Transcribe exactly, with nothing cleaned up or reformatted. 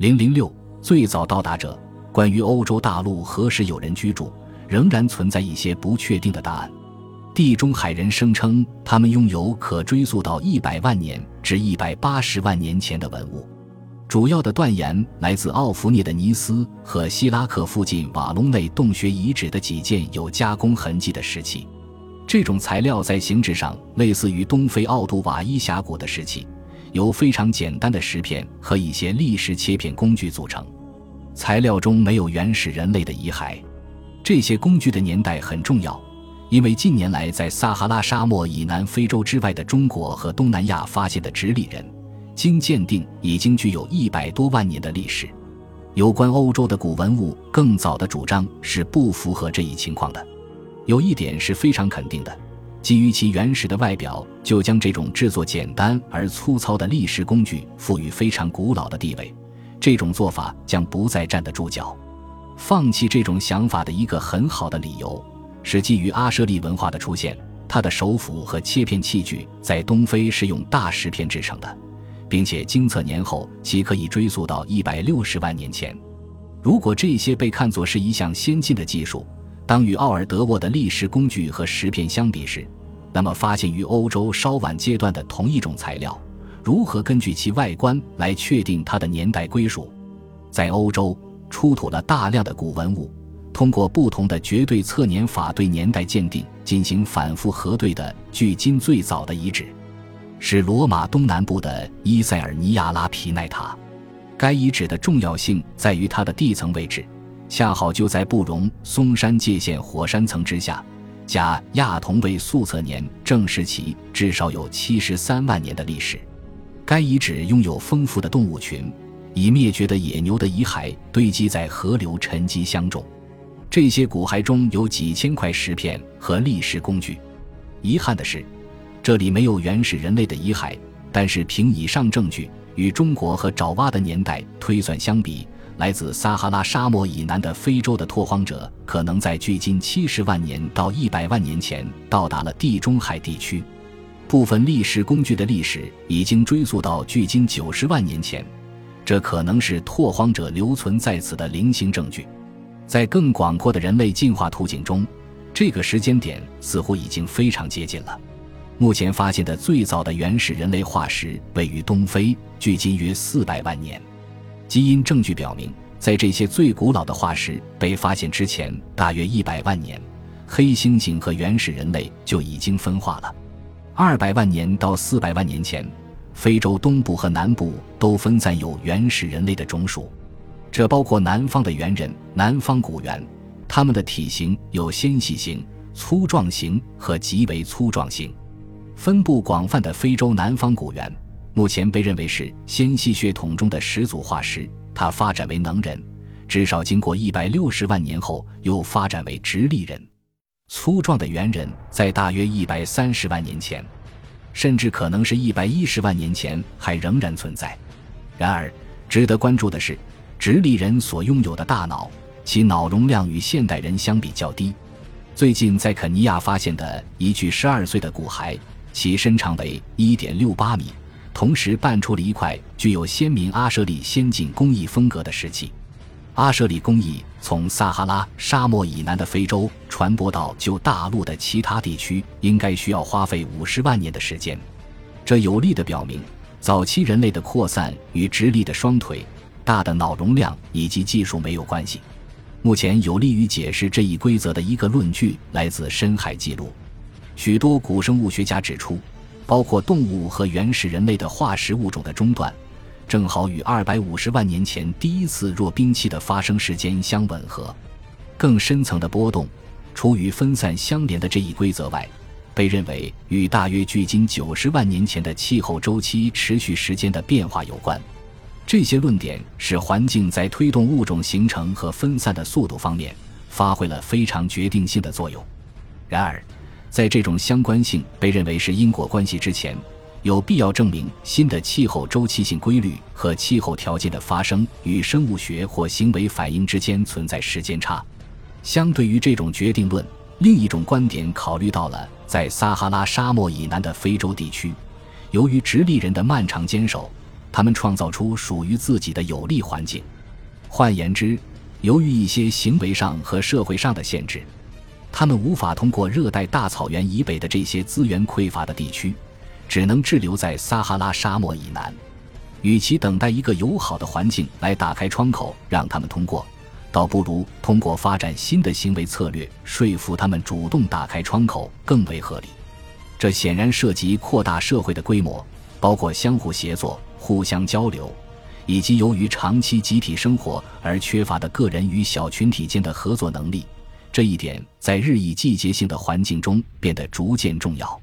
零零六最早到达者，关于欧洲大陆何时有人居住，仍然存在一些不确定的答案。地中海人声称他们拥有可追溯到一百万年至一百八十万年前的文物，主要的断言来自奥弗涅的尼斯和希拉克附近瓦隆内洞穴遗址的几件有加工痕迹的石器。这种材料在形制上类似于东非奥杜瓦伊峡谷的石器，由非常简单的石片和一些砾石切片工具组成，材料中没有原始人类的遗骸。这些工具的年代很重要，因为近年来在撒哈拉沙漠以南非洲之外的中国和东南亚发现的直立人，经鉴定已经具有一百多万年的历史。有关欧洲的古文物更早的主张是不符合这一情况的。有一点是非常肯定的，基于其原始的外表，就将这种制作简单而粗糙的砾石工具赋予非常古老的地位，这种做法将不再站得住脚。放弃这种想法的一个很好的理由是基于阿舍利文化的出现，它的手斧和切片器具在东非是用大石片制成的，并且经测年后其可以追溯到一百六十万年前。如果这些被看作是一项先进的技术，当与奥尔德沃的砾石工具和石片相比时，那么发现于欧洲稍晚阶段的同一种材料，如何根据其外观来确定它的年代归属？在欧洲出土了大量的古文物，通过不同的绝对测年法对年代鉴定进行反复核对的距今最早的遗址是罗马东南部的伊塞尔尼亚拉皮奈塔。该遗址的重要性在于它的地层位置恰好就在布容松山界限火山层之下，加亚同位素测年正时期至少有七十三万年的历史。该遗址拥有丰富的动物群，已灭绝的野牛的遗骸堆积在河流沉积箱中。这些骨骸中有几千块石片和砾石工具。遗憾的是，这里没有原始人类的遗骸，但是凭以上证据，与中国和爪哇的年代推算相比，来自撒哈拉沙漠以南的非洲的拓荒者可能在距今七十万年到一百万年前到达了地中海地区。部分砾石工具的历史已经追溯到距今九十万年前，这可能是拓荒者留存在此的零星证据。在更广阔的人类进化图景中，这个时间点似乎已经非常接近了。目前发现的最早的原始人类化石位于东非，距今约四百万年。基因证据表明，在这些最古老的化石被发现之前大约一百万年，黑猩猩和原始人类就已经分化了。二百万年到四百万年前，非洲东部和南部都分散有原始人类的种属，这包括南方的猿人、南方古猿，它们的体型有纤细型、粗壮型和极为粗壮型。分布广泛的非洲南方古猿目前被认为是纤细血统中的始祖化石，它发展为能人，至少经过一百六十万年后又发展为直立人。粗壮的猿人在大约一百三十万年前，甚至可能是一百一十万年前还仍然存在。然而值得关注的是，直立人所拥有的大脑，其脑容量与现代人相比较低。最近在肯尼亚发现的一具十二岁的骨骸，其身长为 一点六八米，同时搬出了一块具有鲜明阿舍利先进工艺风格的石器。阿舍利工艺从撒哈拉沙漠以南的非洲传播到旧大陆的其他地区，应该需要花费五十万年的时间。这有力地表明，早期人类的扩散与直立的双腿、大的脑容量以及技术没有关系。目前有利于解释这一规则的一个论据来自深海记录。许多古生物学家指出，包括动物和原始人类的化石物种的中断，正好与二百五十万年前第一次弱冰期的发生时间相吻合。更深层的波动，除与分散相连的这一规则外，被认为与大约距今九十万年前的气候周期持续时间的变化有关。这些论点使环境在推动物种形成和分散的速度方面发挥了非常决定性的作用。然而，在这种相关性被认为是因果关系之前，有必要证明新的气候周期性规律和气候条件的发生与生物学或行为反应之间存在时间差。相对于这种决定论，另一种观点考虑到了在撒哈拉沙漠以南的非洲地区，由于直立人的漫长坚守， 他们创造出属于自己的有利环境。换言之，由于一些行为上和社会上的限制，他们无法通过热带大草原以北的这些资源匮乏的地区，只能滞留在撒哈拉沙漠以南。与其等待一个友好的环境来打开窗口让他们通过，倒不如通过发展新的行为策略说服他们主动打开窗口更为合理。这显然涉及扩大社会的规模，包括相互协作、互相交流，以及由于长期集体生活而缺乏的个人与小群体间的合作能力。这一点在日益季节性的环境中变得逐渐重要。